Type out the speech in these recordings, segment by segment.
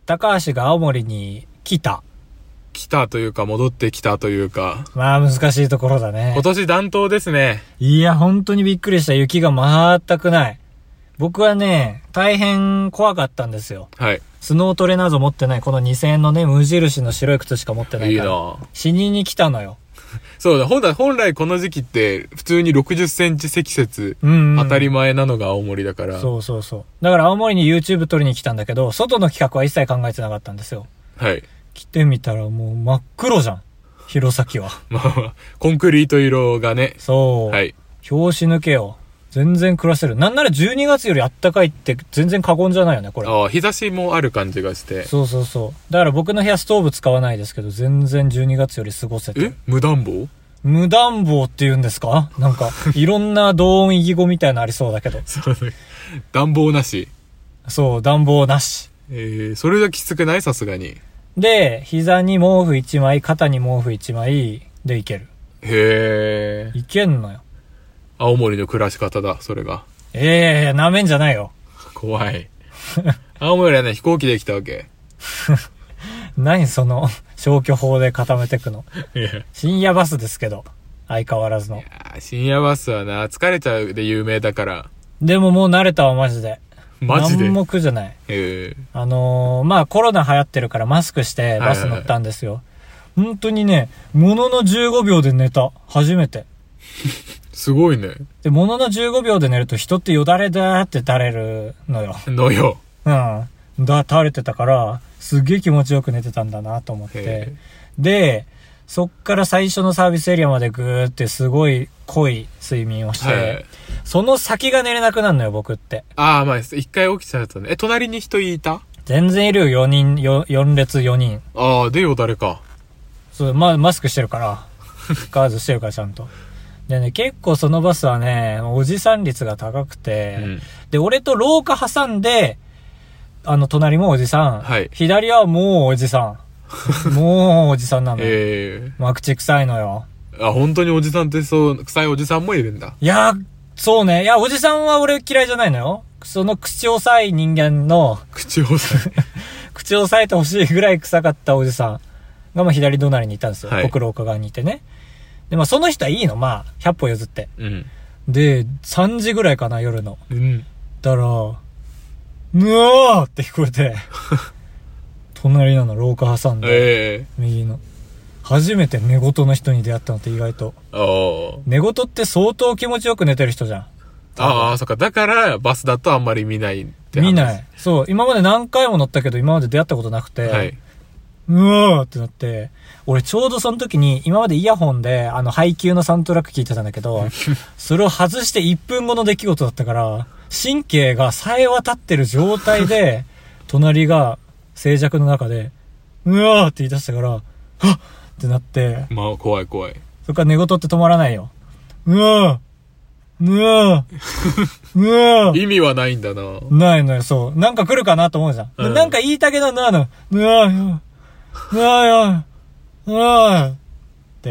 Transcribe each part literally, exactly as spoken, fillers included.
高橋が青森に来た。 来たというか、戻ってきたというか。 まあ難しいところだね。 今年暖冬ですね。 いや、本当にびっくりした。雪が全くない。僕はね、大変怖かったんですよ。 はい。 スノートレなど持ってない、このにせんえんのね、無印の白い靴しか持ってないから。いいな。死にに来たのよ。 そうだ、本来、本来この時期って普通にろくじゅっセンチ積雪、うんうん、当たり前なのが青森だから。 そうそうそう。だから青森に YouTube 撮りに来たんだけど、外の企画は一切考えてなかったんですよ。 はい。 来てみたらもう真っ黒じゃん。弘前は。 まあ、コンクリート色がね。 そう。はい。拍子抜けよ。全然暮らせる。なんならじゅうにがつよりあったかいって全然過言じゃないよね、これ。 ああ、日差しもある感じがして。 そうそうそう。だから僕の部屋ストーブ使わないですけど、全然じゅうにがつより過ごせて。 え？無暖房？ 無暖房って言うんですか？なんか、いろんな同音異義語みたいなのありそうだけど。 そうね。暖房なし。 そう、暖房なし。 えー、それじゃきつくない？さすがに。 で、膝に毛布いちまい、肩に毛布いちまいでいける。 へー。 いけんのよ。 青森の暮らし方だ、それが。 ええー、なめんじゃないよ。 怖い。青森はね、飛行機で来たわけ。 何その消去法で固めてくの。 いや深夜バスですけど、相変わらずの。いや深夜バスはな、疲れちゃうで有名だから。 でももう慣れたわ、マジで。 マジで何も苦じゃない。 へー。 あのー、まあコロナ流行ってるからマスクしてバス乗ったんですよ。はいはいはい、本当にね、もののじゅうごびょうで寝た。初めて。 すごいね。 で、もののじゅうごびょうで寝ると人ってよだれだーって垂れるのよ。 のよ。 うん。だ、垂れてたから、すっげえ気持ちよく寝てたんだなと思って。で、そっから最初のサービスエリアまでぐーってすごい濃い睡眠をして、はい、その先が寝れなくなるのよ、僕って。 ああ、まあ、一回起きちゃうとね。え、隣に人いた？ 全然いるよ、よにん、よ、よん列よにん。 ああ、でよ、誰か。 そう、まあ、マスクしてるから。ガードしてるから、ちゃんと。でね、結構そのバスはね、おじさん率が高くて、うん、で、俺と廊下挟んで、あの、隣もおじさん。はい。左はもうおじさん。もうおじさんなの。ええー。まあ、口臭いのよ。 あ、本当におじさんってそう、臭いおじさんもいるんだ。 いや、そうね。いや、おじさんは俺嫌いじゃないのよ。その口をさい人間の。 口をさい口をさえてほしいぐらい臭かったおじさんが、まあ、左隣にいたんですよ。はい、国廊下側にいてね。で、まあ、その人はいいの。まあ、ひゃっぽ譲って。うん。で、さんじぐらいかな、夜の。うん。だから、ぬわーって聞こえて、隣なの、廊下挟んで、えー、右の。初めて寝言の人に出会ったのって意外と。寝言って相当気持ちよく寝てる人じゃん。 ああ、そっか。だから、バスだとあんまり見ないって話。 見ない。そう。今まで何回も乗ったけど、今まで出会ったことなくて、はい。うわーってなって、俺ちょうどその時に、今までイヤホンで、あの、配給のサウンドトラック聞いてたんだけど、それを外していっぷんごの出来事だったから、神経が冴え渡ってる状態で、隣が静寂の中で、うわーって言い出したから、はっってなって。 まあ、怖い怖い。 そっから寝言って止まらないよ。うわーうわーうわー意味はないんだな。 ないのよ、そう。なんか来るかなと思うじゃん。うん、なんか言いたげなの、あの、うわーうわーうわーって。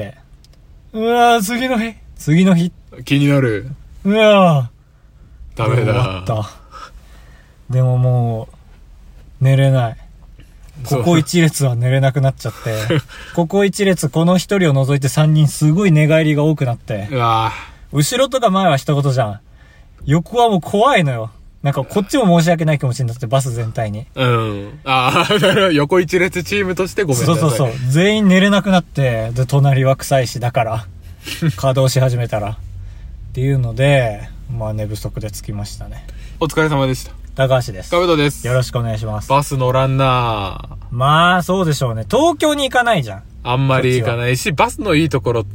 うわー次の日次の日気になる。 うわーダメだ。終わった。でももう、寝れない。ここ一列は寝れなくなっちゃって、ここ一列この一人を除いて三人すごい寝返りが多くなって、 うわ後ろとか前は一言じゃん。横はもう怖いのよ。なんかこっちも申し訳ない気持ちになってバス全体に。 うん。ああ、だから横一列チームとしてごめんなさい。 そうそうそう。全員寝れなくなって、で、隣は臭いし、だから、稼働し始めたら。っていうので、まあ寝不足で着きましたね。 お疲れ様でした。 高橋です。 かぶとです。 よろしくお願いします。 バス乗らんな。 まあ、そうでしょうね。東京に行かないじゃん。 あんまり行かないし、バスのいいところって、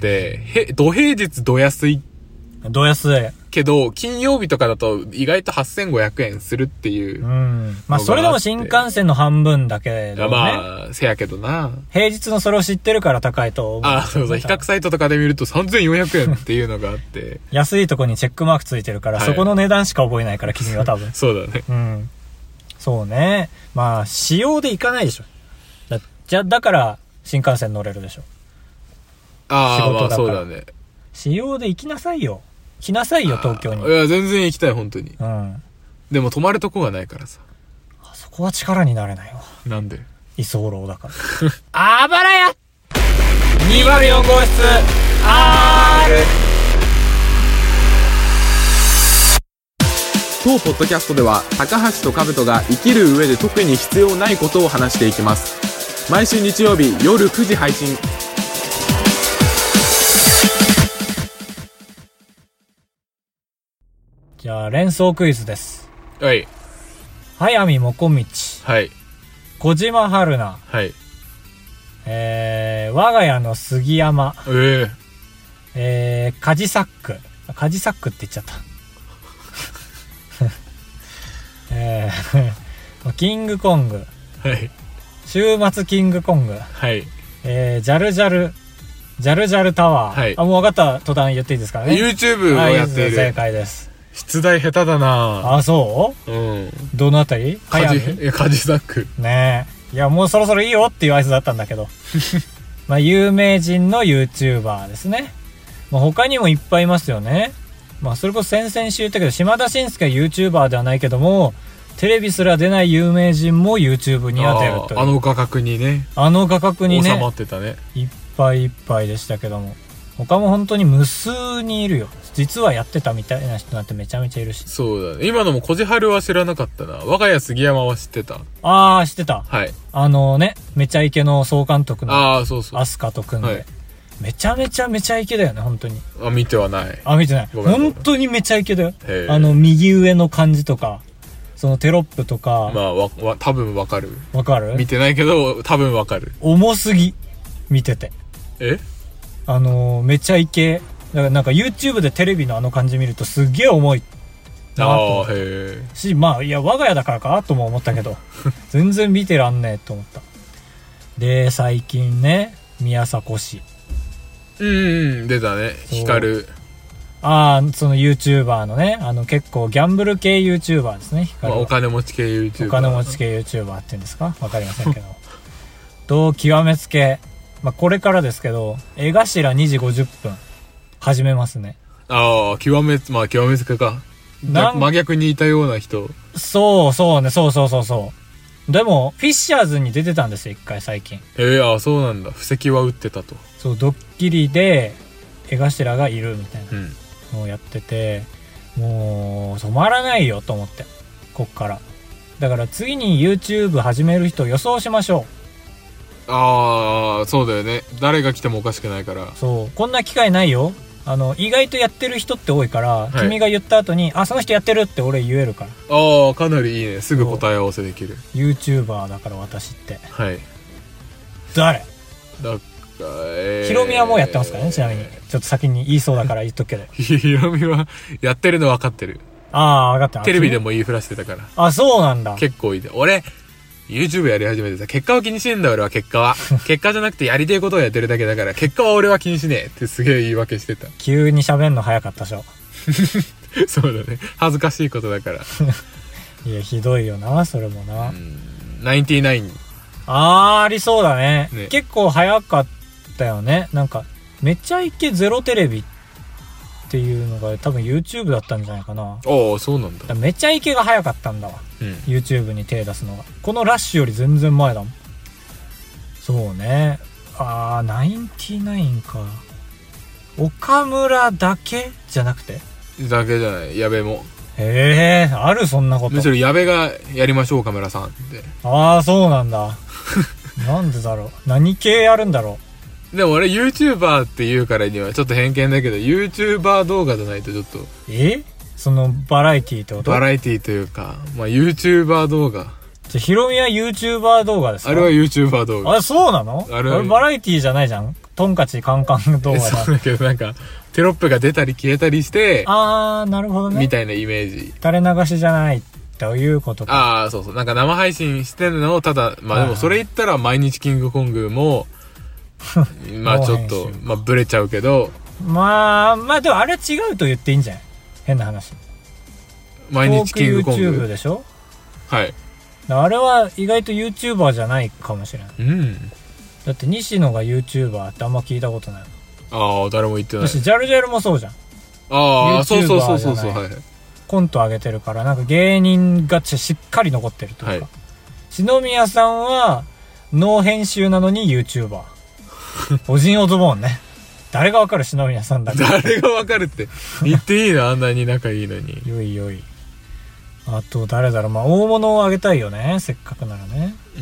へ、土平日土安い。 土安い。 けど、金曜日とかだと意外とはっせんごひゃくえんするっていう。 うん。まあ、それでも新幹線の半分だけどね。 まあ、せやけどな。 平日のそれを知ってるから高いと思う。 ああ、そうそう。比較サイトとかで見るとさんぜんよんひゃくえんっていうのがあって。 安いとこにチェックマークついてるから、はい、そこの値段しか覚えないから、君は多分。 そうだね。 うん。そうね。まあ、仕様で行かないでしょ。だ、じゃ、だから、新幹線乗れるでしょ。 ああ、まあそうだね。 仕様で行きなさいよ。来なさいよ、東京に。 いや、全然行きたい、本当に。 うん。 でも泊まるとこがないからさ。 あ、そっこは力になれないわ。 なんで？ 居候だから。あばらや にまるよん 号室 R。 当ポッドキャストでは高橋と兜が生きる上で特に必要ないことを話していきます。毎週日曜日夜くじ配信。 じゃあ連想クイズです。 はい。 速水もこみち。 はい。 小島春菜。 はい。 えー、我が家の杉山。 えー、 えー、カジサック。カジサックって言っちゃった。えー、キングコング。 はい。 週末キングコング。 はい。 えー、ジャルジャル、ジャルジャルタワー。 はい。 あ、もう分かった途端言っていいですからね。 YouTube をやっている。 正解です。 出題下手だな。 あ、そう？うん。どのあたり？ カジ、いや、カジサック。 ねえ。いや、もうそろそろいいよっていう合図だったんだけど。まあ、有名人の YouTuber ですね。まあ、他にもいっぱいいますよね。まあ、それこそ先々週言ったけど、島田紳介は YouTuber ではないけども、テレビすら出ない有名人も YouTube には出るという。 あの画角にね。 あの画角にね。 収まってたね。 いっぱいいっぱいでしたけども。他も本当に無数にいるよ。実はやってたみたいな人なんてめちゃめちゃいるし。 そうだね。今のも小じはるは知らなかったな。我が家杉山は知ってた。 ああ、知ってた。 はい。 あのね、めちゃイケの総監督の。 ああ、そうそう。 アスカと組んで。はい、めちゃめちゃめちゃイケだよね、本当に。 あ、見てはない。 あ、見てない。本当にめちゃイケだよ。 へあの、右上の感じとか、そのテロップとか。 まあ、わ、わ、多分わかる。 わかる？ 見てないけど、多分わかる。 重すぎ。見てて。 え？ あの、めちゃイケ。だからなんか YouTube でテレビのあの感じ見るとすっげえ重いなと思った。あー、へー。し、まあ、いや、我が家だからかとも思ったけど、全然見てらんねえと思った。で、最近ね、宮迫氏。 うんうん、出たね。光る。 ああ、その YouTuber のね、あの結構ギャンブル系 YouTuber ですね。 まあ、お金持ち系 YouTuber。 お金持ち系 YouTuber って言うんですか？わかりませんけど。と、極めつけ。まあ、これからですけど、江頭にじごじゅっぷん。始めますね。 ああ、極めつ、まあ極めつけか。真逆にいたような人。 そうそうね、そうそうそうそう。でも、フィッシャーズに出てたんですよ、一回最近。 ええー、ああ、そうなんだ。布石は打ってたと。 そう、ドッキリで、江頭がいるみたいなのをやってて、うん、もう、止まらないよと思って。こっから。だから次に YouTube 始める人を予想しましょう。ああ、そうだよね。誰が来てもおかしくないから。 そう。こんな機会ないよ。あの、意外とやってる人って多いから、はい、君が言った後に、あ、その人やってるって俺言えるから。 ああ、かなりいいね。すぐ答え合わせできる。 YouTuber だから私って。 はい。 誰？だから、えー、 ヒロミはもうやってますからね、ちなみに。ちょっと先に言いそうだから言っとくけど。 ヒロミは、やってるの分かってる。 ああ、分かった。 テレビでも言いふらしてたから。 あ、そうなんだ。 結構いいで。俺、YouTube やり始めてさ、結果を気にしてんだ俺は、結果は。結果じゃなくてやりたいことをやってるだけだから、結果は俺は気にしねえってすげえ言い訳してた。 急に喋んの早かったでしょ。 そうだね。恥ずかしいことだから。 いや、ひどいよな、それもな。 ナインティナイン。 あー、ありそうだね。 ね、 結構早かったよね。なんか、めちゃイケゼロテレビっていうのが多分 YouTube だったんじゃないかな。 ああ、そうなんだ。 だめちゃイケが早かったんだわ。うん、YouTube に手出すのが。このラッシュより全然前だもん。そうね。あー、ナインティナインか。岡村だけじゃなくてだけじゃない。矢部も。 へえ、あるそんなこと。 むしろ矢部がやりましょう、岡村さんって。 ああ、そうなんだ。なんでだろう。何系やるんだろう。でも俺 YouTuber って言うからにはちょっと偏見だけど、YouTuber 動画じゃないとちょっと。 えそのバラエティってこと？ バラエティというか、まあ YouTuber 動画。 じゃ、ヒロミは YouTuber 動画ですか？ あれは YouTuber 動画。 あれ、そうなの？あれはバラエティじゃないじゃん。トンカチカンカン動画だ。 そうだけどなんか、テロップが出たり消えたりして、 あー、なるほどね。 みたいなイメージ。 垂れ流しじゃないということか。 あー、そうそう。なんか生配信してるのを、ただ、まあでもそれ言ったら毎日キングコングも、まあちょっと、まあブレちゃうけど。 まあ、まあでもあれは違うと言っていいんじゃない？変な話。 毎日キングコング。 YouTube でしょ？ はい。 あれは意外と YouTuber じゃないかもしれない。 うん。 だって西野が YouTuber ってあんま聞いたことない。 ああ、誰も言ってない。 私、ジャルジャルもそうじゃん。 ああ、そうそうそうそうそう、はい。 コント上げてるから、なんか芸人がしっかり残ってるというか。はい、 篠宮さんは、ノー編集なのに YouTuber。オジンオズボーンね。誰がわかる篠宮さんだけ。 誰がわかるって。言っていいのあんなに仲いいのに。 よいよい。あと、誰だろう。まあ、大物をあげたいよね。せっかくならね。 うん。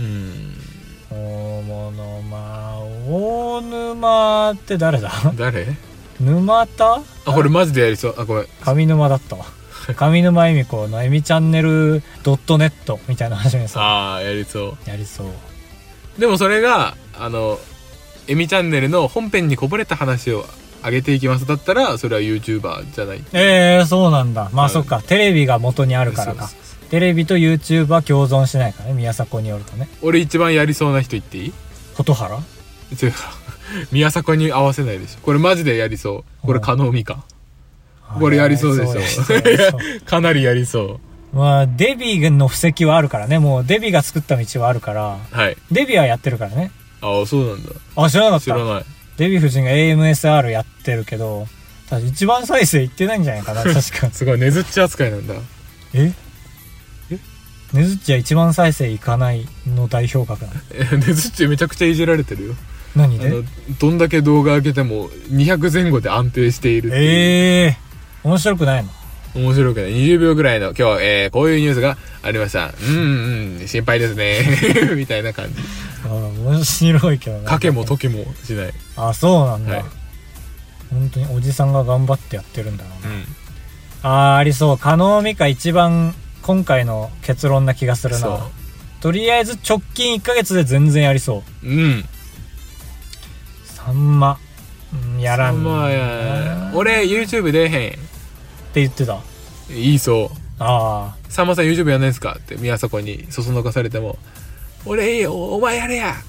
大物、まあ、大沼って誰だ誰沼田あ、これマジでやりそう。あ、ごめん。 上沼だったわ。上沼恵美子のエミチャンネルドットネットみたいなの始めそう。 ああ、やりそう。 やりそう。 でもそれが、あの、エミチャンネルの本編にこぼれた話を上げていきますだったら、それは YouTuber じゃない。 ええー、そうなんだ。まあ、うん、そっか。テレビが元にあるからか。そうそうそう、テレビと YouTuber 共存しないからね。宮迫によるとね。 俺一番やりそうな人言っていい？ 蛍原？ 違う。宮迫に合わせないでしょ。これマジでやりそう。これ加納美香。これやりそうでしょ。かなりやりそう。 まあ、デビーの布石はあるからね。もうデビが作った道はあるから。 はい。 デビはやってるからね。 ああ、そうなんだ。 あ、知らなかった。 知らない。 デビ夫人が エーエムエスアール やってるけど、ただ一番再生いってないんじゃないかな、確か。 すごい、ねずっち扱いなんだ。 ええねずっちは一番再生いかないの代表格なの。 え、ねずっちめちゃくちゃいじられてるよ。 何で？ あの、どんだけ動画上げてもにひゃくぜん後で安定しているっていう。 ええー、面白くないの？ 面白くない。にじゅうびょうぐらいの、今日、えー、こういうニュースがありました。うんうん、心配ですね。みたいな感じ。 ああ、面白いけどね。 かけもとけもしない。 あ、そうなんだ。 はい、 本当におじさんが頑張ってやってるんだろうね。 うん、 ああ、ありそう。加納美香一番今回の結論な気がするな。とりあえず直近いっかげつで全然やりそう。 うん。 さんま。うん、やらん。 さんまや。俺 YouTube 出えへん。 って言ってた。 言いそう。 ああ。 さんまさん YouTube やんないんすかって宮迫にそそのかされても、俺いいよ、お前やれや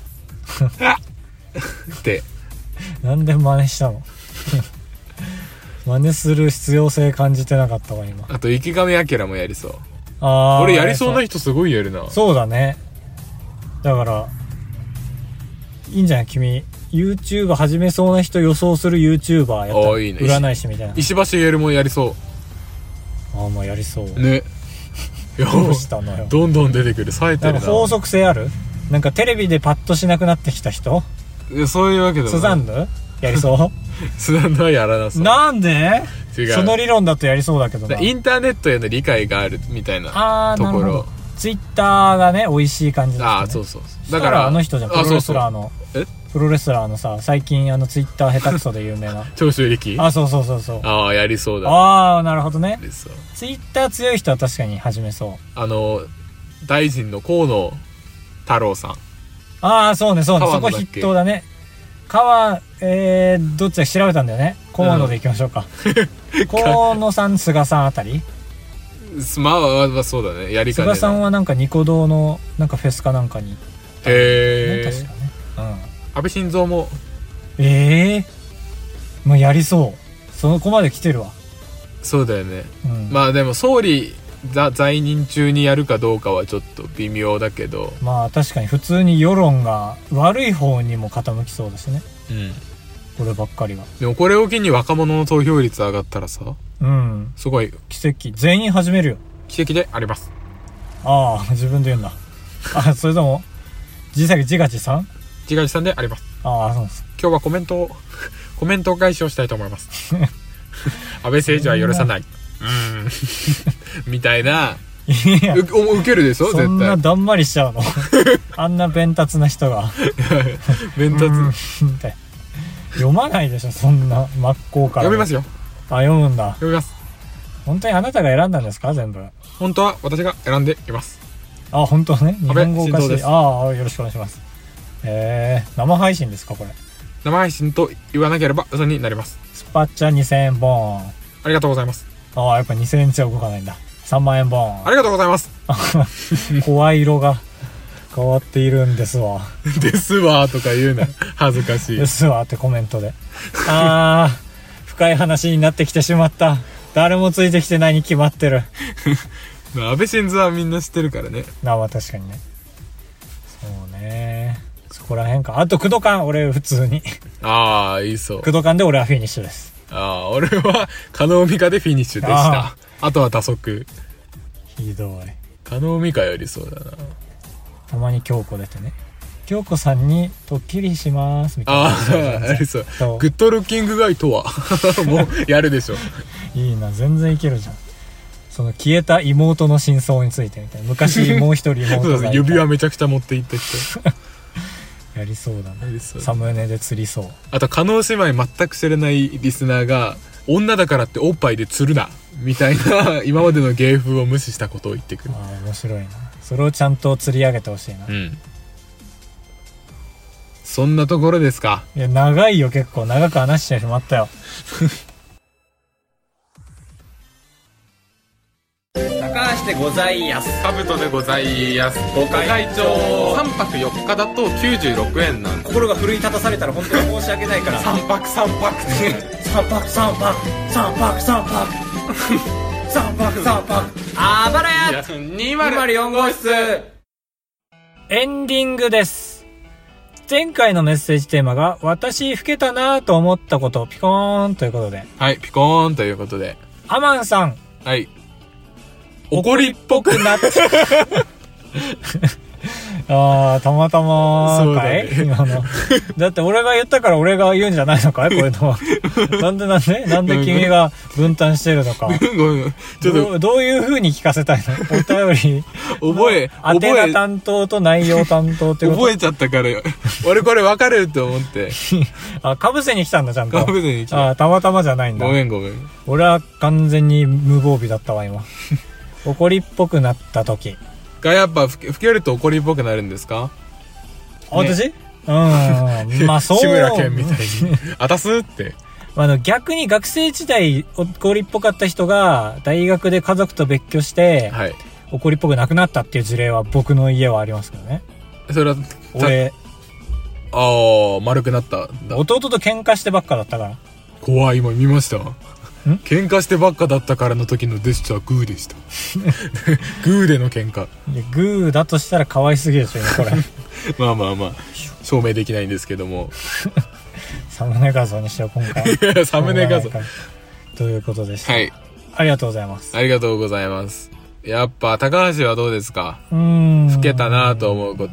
って。 なんで真似したの？真似する必要性感じてなかったわ今。 あと池上彰もやりそう。 ああ。 俺やりそうな人すごいやるな。 そうだね。だからいいんじゃない君。YouTube 始めそうな人予想する YouTuber やったらいい、ね、占い師みたいな。 石橋やるもやりそう。 ああ、まあやりそうね。 どうしたのよ。 どんどん出てくる。冴えてるな。 なんか法則性ある？なんかテレビでパッとしなくなってきた人？ いや、そういうわけでもない。 スザンヌやりそうスザンヌはやらなそう。 なんで？ 違う。 その理論だとやりそうだけどな。 インターネットへの理解があるみたいなところ。 あー、なるほど。ツイッターがね、美味しい感じですね。 ああ、そうそうそう。 だからあの人じゃん、プロレスラーの。 え？ プロレスラーのさ、最近あのツイッター下手くそで有名な長州力。 あ、そうそうそうそう。 ああ、やりそうだ。 ああ、なるほどね。 やりそう。 ツイッター強い人は確かに始めそう。 あの大臣の河野太郎さん。 ああ、そうねそうね、そこ筆頭だね。川、えー、どっちだ調べたんだよね。河野でいきましょうか。うん、河野さん、菅さんあたり。 まあ、まあ、そうだね。やりかねな。 菅さんはなんかニコ動のなんかフェスかなんかに、ね、 へえ、 確かね。うん。 安倍晋三も。 ええー、まあやりそう。そこまで来てるわ。 そうだよね。 うん、 まあでも総理在任中にやるかどうかはちょっと微妙だけど。 まあ確かに普通に世論が悪い方にも傾きそうだしね。 うん。 こればっかりは。 でもこれを機に若者の投票率上がったらさ。 うん。 すごい。 奇跡。全員始めるよ。 奇跡であります。 ああ、自分で言うんだ。あ、それとも、自作自画自賛？ 自画自賛であります。 ああ、そうです。 今日はコメントを、コメント返しをしたいと思います。安倍政治は許さない。うん。みたいな。いや、う受けるでしょ絶対。 そんなだんまりしちゃうの？あんな弁達な人が。 弁達。 読まないでしょ、そんな真っ向から。 読みますよ。 あ、読むんだ。 読みます。 本当にあなたが選んだんですか全部？ 本当は私が選んでいます。 あ、本当ね。日本語おかしい。ああ、よろしくお願いします。えー、生配信ですかこれ？ 生配信と言わなければ嘘になります。 スパチャにせんえんボーン。 ありがとうございます。 ああ、やっぱにせんえんじゃ動かないんだ。さんまんえんボーン。 ありがとうございます。 声色が変わっているんですわ。 ですわとか言うな。恥ずかしい。 ですわってコメントで。ああ、深い話になってきてしまった。誰もついてきてないに決まってる。 安倍晋三はみんな知ってるからね。 あ、まあ確かにね。そうね。そこら辺か。あと、クドカン、俺普通に。 ああ、いいそう。 クドカンで俺はフィニッシュです。 ああ、俺は加納美香でフィニッシュでした。あ, あとは打足。 ひどい。 加納美香よりそうだな。 たまに京子出てね、京子さんにドッキリしますみたいな。 ああ、あれそう。グッドルッキングガイとはもうやるでしょ。いいな、全然いけるじゃん。その消えた妹の真相についてみたいな。昔もう一人妹がいた。そうです、 指輪めちゃくちゃ持って行った人。 やりそうだね。サムネで釣りそう。 あと叶姉妹全く知らないリスナーが、女だからっておっぱいで釣るなみたいな今までの芸風を無視したことを言ってくる。 ああ、面白いな。それをちゃんと釣り上げてほしいな。 うん。そんなところですか。 いや、長いよ、結構長く話してしまったよ。高橋でございやす。 カブトでございやす。ご会長。さんぱくよっかだときゅうじゅうろくえんなんで。 心が奮い立たされたら本当に申し訳ないから。 さんぱくさんぱくってさんぱくさんぱくさんぱくさんぱくさんぱくさんぱくあばらやにまるよん号室。エンディングです。前回のメッセージテーマが私老けたなと思ったことピコーンということで、 はい、ピコーンということで、 アマンさん、 はい、怒りっぽくなってああ、たまたまかい、 ね、 今の。だって俺が言ったから俺が言うんじゃないのかいこういうのは。なんでなんでなんで君が分担してるのか。ちょっとど, どういう風に聞かせたいのお便り。 覚え、 当てな担当と内容担当ってこと。 覚えちゃったからよ。俺これ分かると思って。 あ、かぶせに来たんだ、ちゃんと。 かぶせに来た。 あ、たまたまじゃないんだ。 ごめんごめん。 俺は完全に無防備だったわ、今。怒りっぽくなった時。 がやっぱ吹けると怒りっぽくなるんですか？ 私、ね、うん。まあそう。 志村けんみたいに。あたすって。 あの逆に学生時代怒りっぽかった人が大学で家族と別居して、はい、怒りっぽくなくなったっていう事例は僕の家はありますけどね。 それは俺、 ああ、丸くなった。 弟と喧嘩してばっかだったから。 怖い、今見ました。喧嘩してばっかだったからの時のデスチャーグーでした。グーでの喧嘩。 いや、グーだとしたら可愛すぎるでしょこれ。 まあまあまあ証明できないんですけども。 サムネ画像にしよう今回。 サムネ画像ということでした。 はい、 ありがとうございます。 ありがとうございます。やっぱ高橋はどうですか？ うーん、 老けたなと思うこと。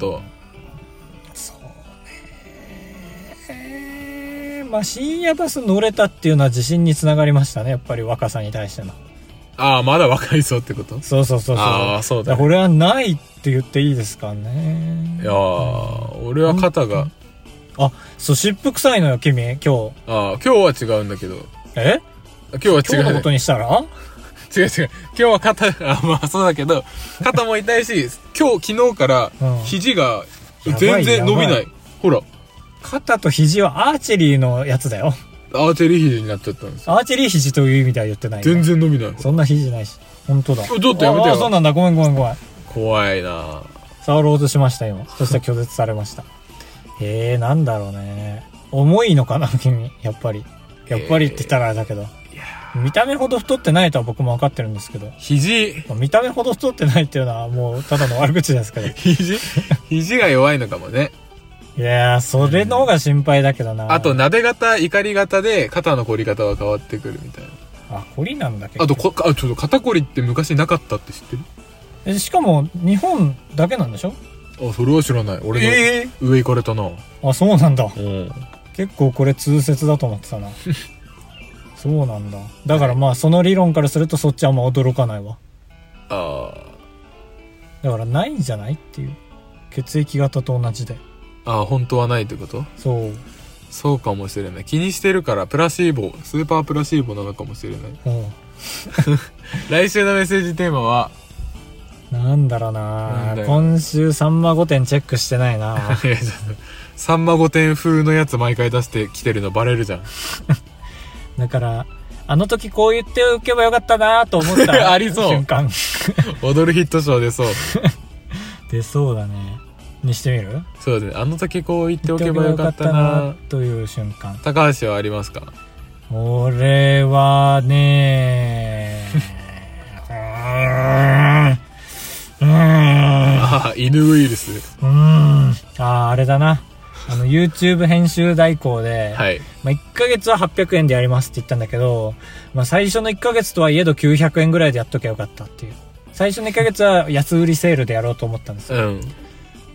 まあ、深夜バス乗れたっていうのは自信につながりましたね。やっぱり若さに対しての。 ああ、まだ若いぞってこと？ そうそうそうそう。 ああ、そうだ、ね。 これはないって言っていいですかね。 いやー、俺は肩が。 あ、そう、湿布臭いのよ、君、今日。 ああ、今日は違うんだけど。 え？ 今日は違う。 今日のことにしたら？ 違う違う。今日は肩、あ、まあそうだけど、肩も痛いし、今日、昨日から肘が全然伸びない。うん、ほら。 肩と肘はアーチェリーのやつだよ。 アーチェリー肘になっちゃったんですよ。 アーチェリー肘という意味では言ってない。 全然伸びない。 そんな肘ないし。本当だ。 ちょっとやめてよ。 ああ、そうなんだ。ごめんごめんごめん。 怖いな。 触ろうとしました今。そしたら拒絶されました。へえ、なんだろうね。重いのかな君。やっぱり。やっぱりって言ったらあれだけど。見た目ほど太ってないとは僕も分かってるんですけど。 肘。 見た目ほど太ってないっていうのはもうただの悪口ですけど。 肘肘が弱いのかもね。 いやー、それの方が心配だけどな。 あと、撫で型、怒り型で、肩の凝り方は変わってくるみたいな。あ、凝りなんだけど。あとこ、あ、ちょっと肩凝りって昔なかったって知ってる？ え、しかも、日本だけなんでしょ？ あ、それは知らない。俺の上行かれたな。えー、あ、そうなんだ。 うん。 結構これ通説だと思ってたな。そうなんだ。だからまあ、その理論からするとそっちはあんま驚かないわ。 ああ。 だからないんじゃないっていう。血液型と同じで。 ああ、本当はないってこと？ そう。 そうかもしれない。気にしてるからプラシーボ、スーパープラシーボなのかもしれない。 うん、 来週のメッセージテーマはなんだろうな。今週さんま御殿チェックしてないな。 さんま御殿風のやつ毎回出してきてるのバレるじゃん。 だからあの時こう言っておけばよかったなと思ったありそう瞬間。 踊るヒットショー出そう。 出そうだね。にしてみる？ そうですね。あの時こう言っておけばよかったなという瞬間。 高橋はありますか？ 俺はねうーんうーんあ犬ウイルス。 うーんああれだな。あの YouTube 編集代行で、 はい、 まあ、いっかげつははっぴゃくえんでやりますって言ったんだけど、まあ、最初のいっかげつとはいえどきゅうひゃくえんぐらいでやっときゃよかったっていう。最初のいっかげつは安売りセールでやろうと思ったんですよ。 うん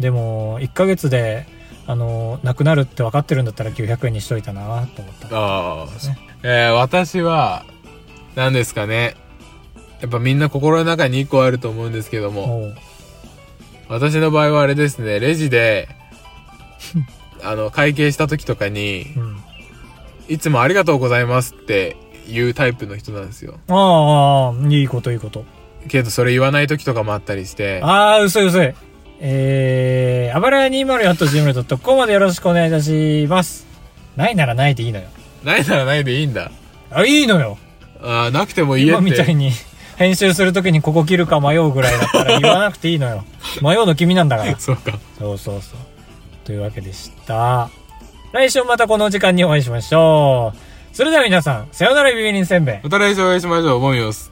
でもいっかげつであのなくなるって分かってるんだったらきゅうひゃくえんにしといたなと思った、 ああ、ね、えー、私は何ですかね、やっぱみんな心の中にいっこあると思うんですけども、私の場合はあれですね、レジであの会計した時とかに、うん、いつもありがとうございますって言うタイプの人なんですよ。 ああ、いいこといいこと。 けどそれ言わない時とかもあったりして。 ああ、嘘い嘘い。えー、あばらや にまるよん ジーメールドットコム までよろしくお願いいたします。ないならないでいいのよ。 ないならないでいいんだ。 あ、いいのよ。 ああ、なくてもいいやって。 今みたいに編集するときにここ切るか迷うぐらいだったら言わなくていいのよ。迷うの君なんだから。 そうか。 そうそうそう。というわけでした。来週またこの時間にお会いしましょう。それでは皆さん、さよならビビリンせんべい。 また来週お会いしましょう。ボミオス。